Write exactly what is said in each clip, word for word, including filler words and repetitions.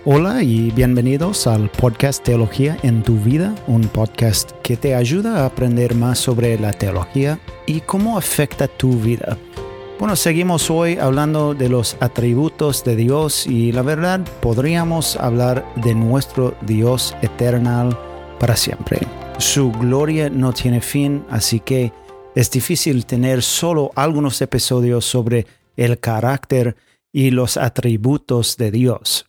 Hola y bienvenidos al podcast Teología en tu Vida, un podcast que te ayuda a aprender más sobre la teología y cómo afecta tu vida. Bueno, seguimos hoy hablando de los atributos de Dios y la verdad podríamos hablar de nuestro Dios eterno para siempre. Su gloria no tiene fin, así que es difícil tener solo algunos episodios sobre el carácter y los atributos de Dios.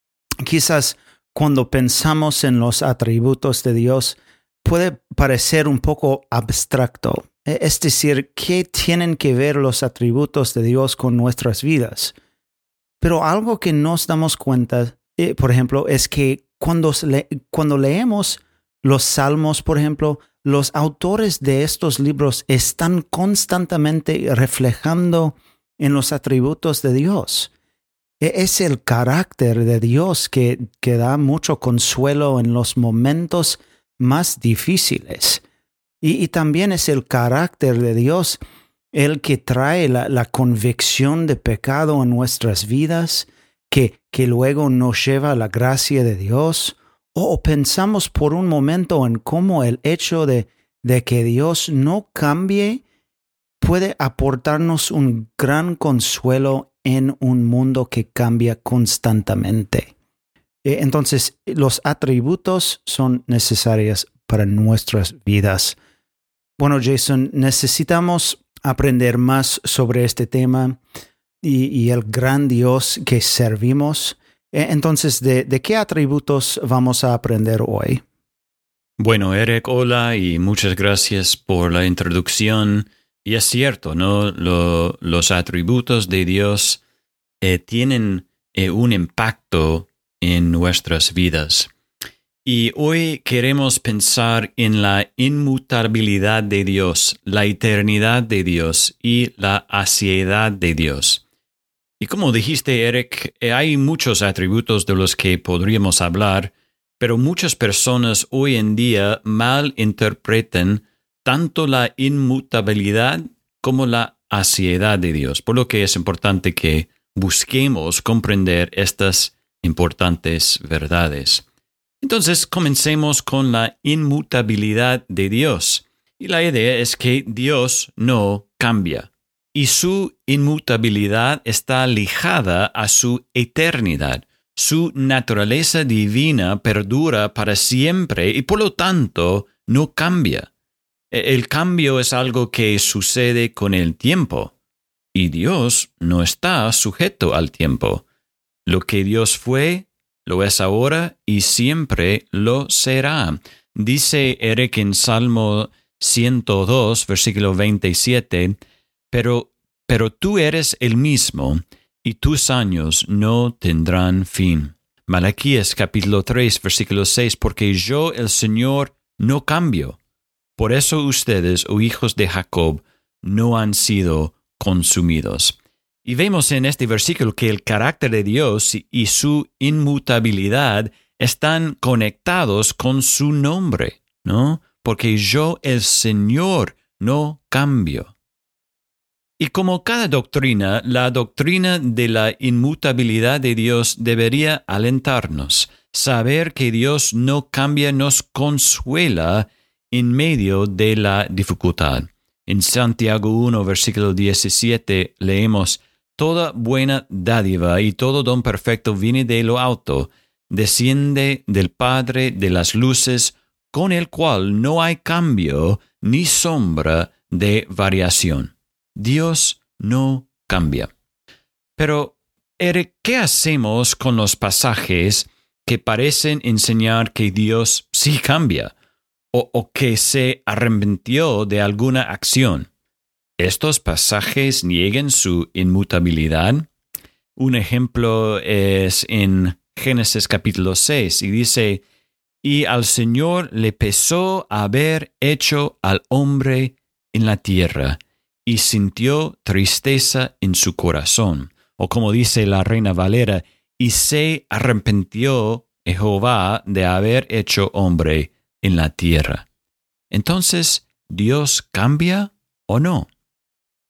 Quizás cuando pensamos en los atributos de Dios puede parecer un poco abstracto. Es decir, ¿qué tienen que ver los atributos de Dios con nuestras vidas? Pero algo que nos damos cuenta, eh, por ejemplo, es que cuando, le- cuando leemos los Salmos, por ejemplo, los autores de estos libros están constantemente reflejando en los atributos de Dios. Es el carácter de Dios que, que da mucho consuelo en los momentos más difíciles. Y, y también es el carácter de Dios el que trae la, la convicción de pecado en nuestras vidas, que, que luego nos lleva a la gracia de Dios. O, o pensamos por un momento en cómo el hecho de, de que Dios no cambie puede aportarnos un gran consuelo en un mundo que cambia constantemente. Entonces, los atributos son necesarios para nuestras vidas. Bueno, Jason, necesitamos aprender más sobre este tema y, y el gran Dios que servimos. Entonces, ¿de, de qué atributos vamos a aprender hoy? Bueno, Eric, hola y muchas gracias por la introducción. Y es cierto, ¿no? Lo- los atributos de Dios eh, tienen eh, un impacto en nuestras vidas. Y hoy queremos pensar en la inmutabilidad de Dios, la eternidad de Dios y la aseidad de Dios. Y como dijiste, Eric, eh, hay muchos atributos de los que podríamos hablar, pero muchas personas hoy en día malinterpretan tanto la inmutabilidad como la aseidad de Dios, por lo que es importante que busquemos comprender estas importantes verdades. Entonces, comencemos con la inmutabilidad de Dios. Y la idea es que Dios no cambia, y su inmutabilidad está ligada a su eternidad. Su naturaleza divina perdura para siempre y por lo tanto no cambia. El cambio es algo que sucede con el tiempo, y Dios no está sujeto al tiempo. Lo que Dios fue, lo es ahora y siempre lo será. Dice Eric en Salmo ciento dos, versículo veintisiete, pero, pero tú eres el mismo, y tus años no tendrán fin. Malaquías capítulo tres, versículo seis, porque yo, el Señor, no cambio. Por eso ustedes, oh hijos de Jacob, no han sido consumidos. Y vemos en este versículo que el carácter de Dios y su inmutabilidad están conectados con su nombre, ¿no? Porque yo, el Señor, no cambio. Y como cada doctrina, la doctrina de la inmutabilidad de Dios debería alentarnos. Saber que Dios no cambia nos consuela en medio de la dificultad. En Santiago uno, versículo diecisiete, leemos: Toda buena dádiva y todo don perfecto viene de lo alto, desciende del Padre de las luces, con el cual no hay cambio ni sombra de variación. Dios no cambia. Pero, Eric, ¿qué hacemos con los pasajes que parecen enseñar que Dios sí cambia o, o que se arrepintió de alguna acción? ¿Estos pasajes niegan su inmutabilidad? Un ejemplo es en Génesis capítulo seis y dice: Y al Señor le pesó haber hecho al hombre en la tierra, y sintió tristeza en su corazón. O como dice la Reina Valera, y se arrepintió Jehová de haber hecho hombre en la tierra. Entonces, ¿Dios cambia o no?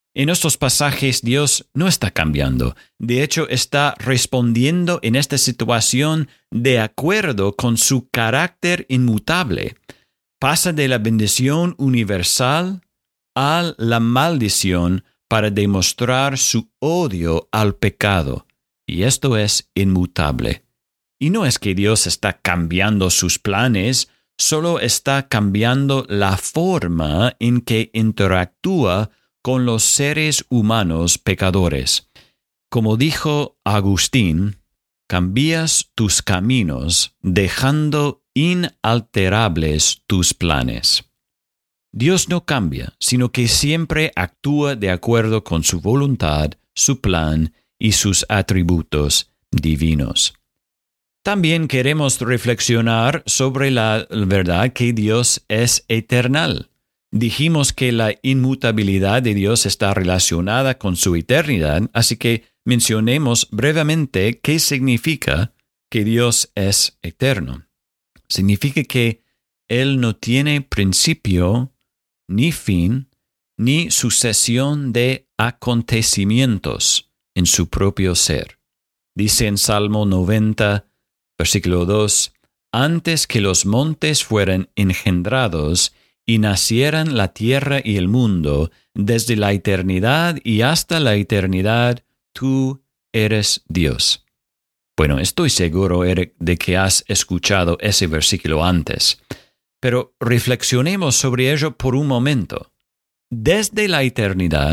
En estos pasajes Dios no está cambiando. De hecho, está respondiendo en esta situación de acuerdo con su carácter inmutable. Pasa de la bendición universal a la maldición para demostrar su odio al pecado. Y esto es inmutable. Y no es que Dios está cambiando sus planes, solo está cambiando la forma en que interactúa con los seres humanos pecadores. Como dijo Agustín, cambias tus caminos dejando inalterables tus planes. Dios no cambia, sino que siempre actúa de acuerdo con su voluntad, su plan y sus atributos divinos. También queremos reflexionar sobre la verdad que Dios es eternal. Dijimos que la inmutabilidad de Dios está relacionada con su eternidad, así que mencionemos brevemente qué significa que Dios es eterno. Significa que Él no tiene principio, ni fin, ni sucesión de acontecimientos en su propio ser. Dice en Salmo noventa, versículo dos, «Antes que los montes fueran engendrados y nacieran la tierra y el mundo, desde la eternidad y hasta la eternidad, tú eres Dios». Bueno, estoy seguro, Eric, de que has escuchado ese versículo antes, pero reflexionemos sobre ello por un momento. Desde la eternidad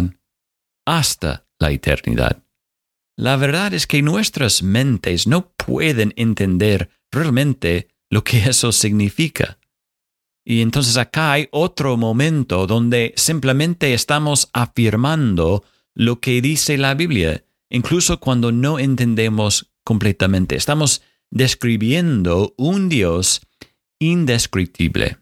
hasta la eternidad. La verdad es que nuestras mentes no pueden entender realmente lo que eso significa. Y entonces acá hay otro momento donde simplemente estamos afirmando lo que dice la Biblia, incluso cuando no entendemos completamente. Estamos describiendo un Dios indescriptible.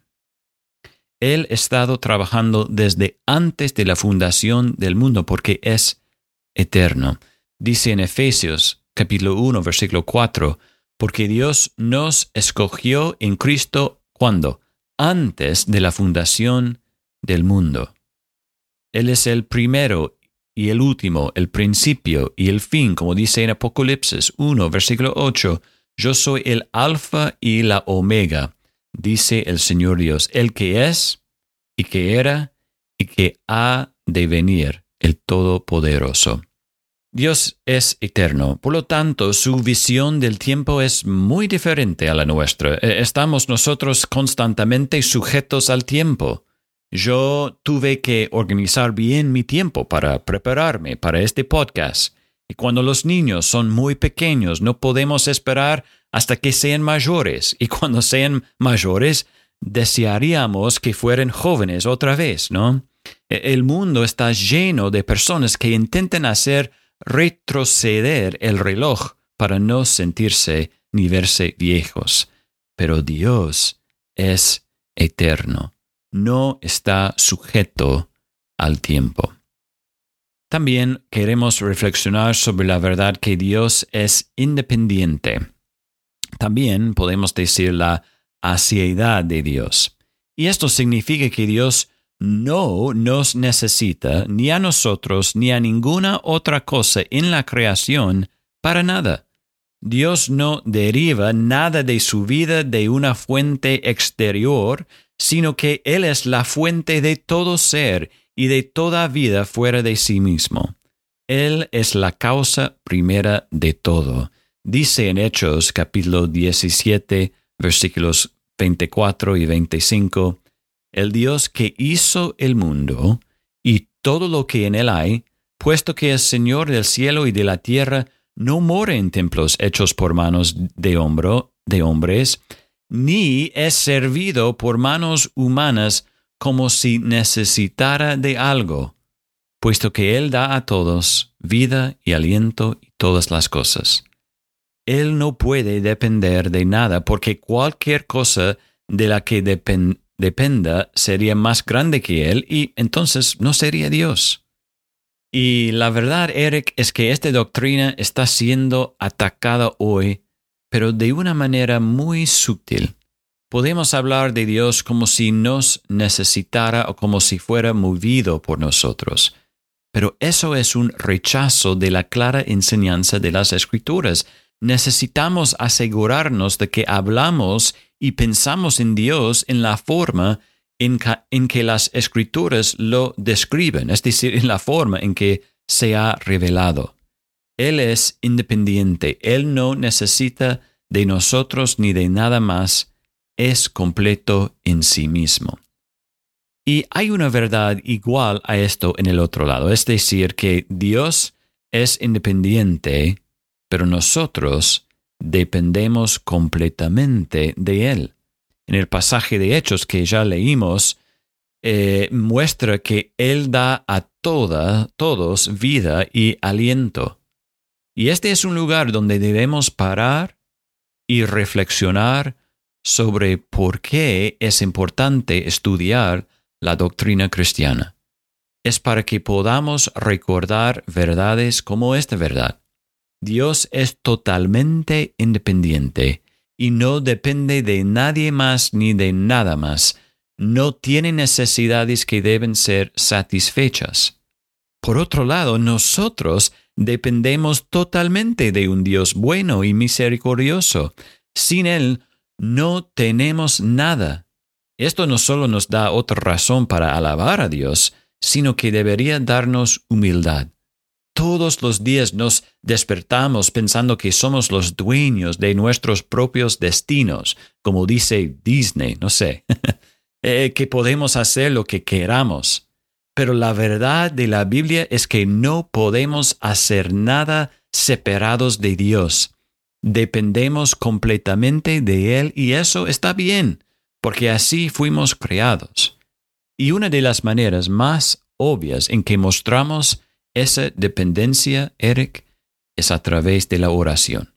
Él ha estado trabajando desde antes de la fundación del mundo porque es eterno. Dice en Efesios capítulo uno, versículo cuatro, porque Dios nos escogió en Cristo, ¿cuándo? Antes de la fundación del mundo. Él es el primero y el último, el principio y el fin, como dice en Apocalipsis uno, versículo ocho. Yo soy el alfa y la omega, dice el Señor Dios, el que es y que era y que ha de venir, el Todopoderoso. Dios es eterno, por lo tanto, su visión del tiempo es muy diferente a la nuestra. Estamos nosotros constantemente sujetos al tiempo. Yo tuve que organizar bien mi tiempo para prepararme para este podcast. Y cuando los niños son muy pequeños, no podemos esperar hasta que sean mayores. Y cuando sean mayores, desearíamos que fueran jóvenes otra vez, ¿no? El mundo está lleno de personas que intentan hacer retroceder el reloj para no sentirse ni verse viejos. Pero Dios es eterno, no está sujeto al tiempo. También queremos reflexionar sobre la verdad que Dios es independiente. También podemos decir la aseidad de Dios. Y esto significa que Dios no nos necesita ni a nosotros ni a ninguna otra cosa en la creación para nada. Dios no deriva nada de su vida de una fuente exterior, sino que Él es la fuente de todo ser y de toda vida fuera de sí mismo. Él es la causa primera de todo. Dice en Hechos capítulo diecisiete, versículos veinticuatro y veinticinco, el Dios que hizo el mundo y todo lo que en él hay, puesto que es Señor del cielo y de la tierra, no mora en templos hechos por manos de, hombro, de hombres, ni es servido por manos humanas como si necesitara de algo, puesto que Él da a todos vida y aliento y todas las cosas. Él no puede depender de nada, porque cualquier cosa de la que depende dependa sería más grande que Él y entonces no sería Dios. Y la verdad, Eric, es que esta doctrina está siendo atacada hoy, pero de una manera muy sutil. Podemos hablar de Dios como si nos necesitara o como si fuera movido por nosotros. pero eso es un rechazo de la clara enseñanza de las Escrituras. Necesitamos asegurarnos de que hablamos y pensamos en Dios en la forma en que, en que las Escrituras lo describen, es decir, en la forma en que se ha revelado. Él es independiente, Él no necesita de nosotros ni de nada más, es completo en sí mismo. Y hay una verdad igual a esto en el otro lado, es decir, que Dios es independiente, pero nosotros dependemos completamente de Él. En el pasaje de Hechos que ya leímos, eh, muestra que Él da a toda, todos vida y aliento. Y este es un lugar donde debemos parar y reflexionar sobre por qué es importante estudiar la doctrina cristiana. Es para que podamos recordar verdades como esta verdad. Dios es totalmente independiente y no depende de nadie más ni de nada más. No tiene necesidades que deben ser satisfechas. Por otro lado, nosotros dependemos totalmente de un Dios bueno y misericordioso. Sin Él no tenemos nada. Esto no solo nos da otra razón para alabar a Dios, sino que debería darnos humildad. Todos los días nos despertamos pensando que somos los dueños de nuestros propios destinos, como dice Disney, no sé, eh, que podemos hacer lo que queramos. Pero la verdad de la Biblia es que no podemos hacer nada separados de Dios. Dependemos completamente de Él y eso está bien, porque así fuimos creados. Y una de las maneras más obvias en que mostramos esa dependencia, Eric, es a través de la oración.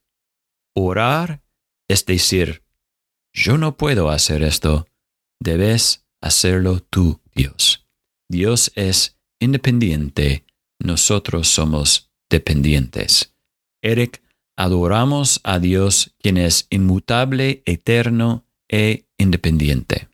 Orar es decir, yo no puedo hacer esto, debes hacerlo tú, Dios. Dios es independiente, nosotros somos dependientes. Eric, adoramos a Dios, quien es inmutable, eterno e independiente.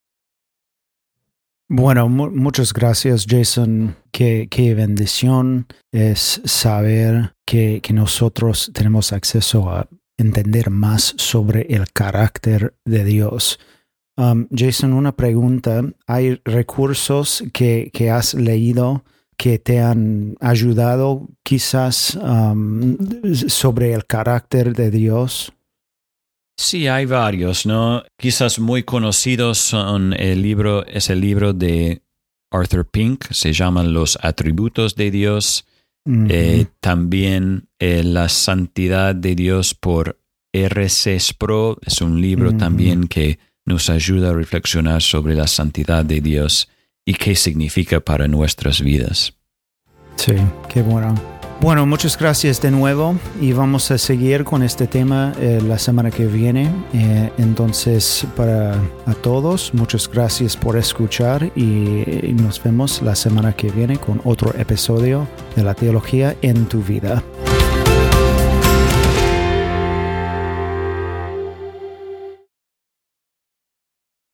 Bueno, mu- muchas gracias, Jason. Qué, qué bendición es saber que, que nosotros tenemos acceso a entender más sobre el carácter de Dios. Um, Jason, una pregunta. ¿Hay recursos que, que has leído que te han ayudado quizás um, sobre el carácter de Dios? Sí, hay varios, ¿no? Quizás muy conocidos son el libro, es el libro de Arthur Pink, se llaman Los Atributos de Dios. Uh-huh. Eh, también eh, La Santidad de Dios por R C Sproul, es un libro uh-huh. también que nos ayuda a reflexionar sobre la santidad de Dios y qué significa para nuestras vidas. Sí, qué bueno. Bueno, muchas gracias de nuevo y vamos a seguir con este tema eh, la semana que viene. Eh, entonces, para a todos, muchas gracias por escuchar y, y nos vemos la semana que viene con otro episodio de la teología en tu vida.